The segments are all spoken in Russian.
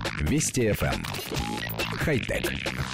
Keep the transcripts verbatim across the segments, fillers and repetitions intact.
Вести эф эм. Хай-тек.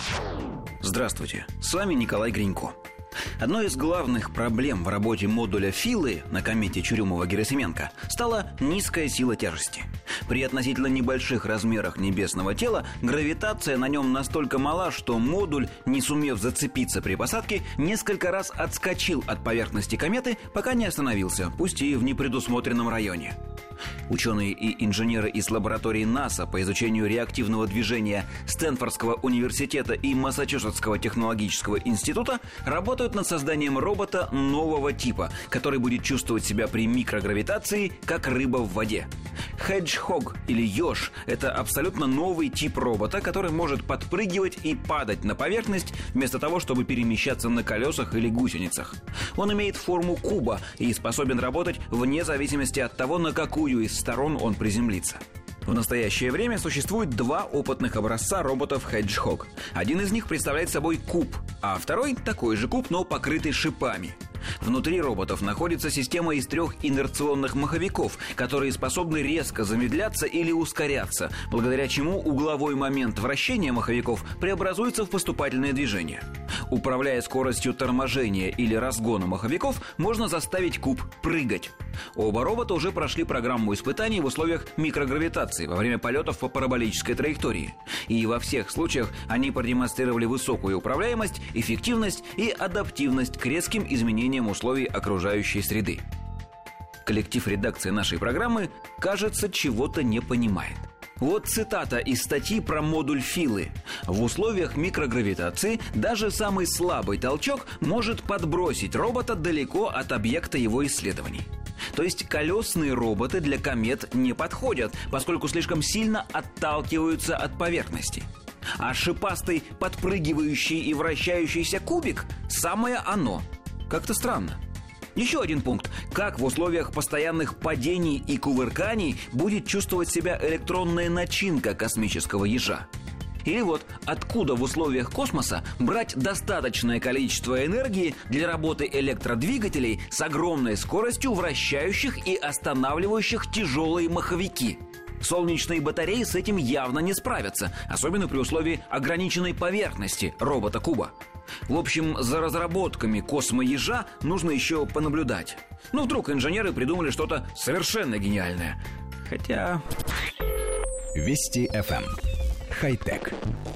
Здравствуйте, с вами Николай Гринько. Одной из главных проблем в работе модуля Филы на комете Чурюмова-Герасименко стала низкая сила тяжести. При относительно небольших размерах небесного тела гравитация на нем настолько мала, что модуль, не сумев зацепиться при посадке, несколько раз отскочил от поверхности кометы, пока не остановился, пусть и в непредусмотренном районе. Ученые и инженеры из лаборатории НАСА по изучению реактивного движения Стэнфордского университета и Массачусетского технологического института работают над созданием робота нового типа, который будет чувствовать себя при микрогравитации, как рыба в воде. Хеджхог или еж – это абсолютно новый тип робота, который может подпрыгивать и падать на поверхность, вместо того, чтобы перемещаться на колесах или гусеницах. Он имеет форму куба и способен работать вне зависимости от того, на какую из сторон он приземлится. В настоящее время существует два опытных образца роботов Hedgehog. Один из них представляет собой куб, а второй – такой же куб, но покрытый шипами. Внутри роботов находится система из трех инерционных маховиков, которые способны резко замедляться или ускоряться, благодаря чему угловой момент вращения маховиков преобразуется в поступательное движение. Управляя скоростью торможения или разгона маховиков, можно заставить куб прыгать. Оба робота уже прошли программу испытаний в условиях микрогравитации во время полетов по параболической траектории. И во всех случаях они продемонстрировали высокую управляемость, эффективность и адаптивность к резким изменениям условий окружающей среды. Коллектив редакции нашей программы, кажется, чего-то не понимает. Вот цитата из статьи про модуль Филы. В условиях микрогравитации даже самый слабый толчок может подбросить робота далеко от объекта его исследований. То есть колесные роботы для комет не подходят, поскольку слишком сильно отталкиваются от поверхности. А шипастый, подпрыгивающий и вращающийся кубик – самое оно. Как-то странно. Еще один пункт. Как в условиях постоянных падений и кувырканий будет чувствовать себя электронная начинка космического ежа? Или вот откуда в условиях космоса брать достаточное количество энергии для работы электродвигателей с огромной скоростью вращающих и останавливающих тяжелые маховики? Солнечные батареи с этим явно не справятся, особенно при условии ограниченной поверхности робота-куба. В общем, за разработками космоежа нужно еще понаблюдать. Ну, вдруг инженеры придумали что-то совершенно гениальное. Хотя... Вести эф эм. Хай-тек.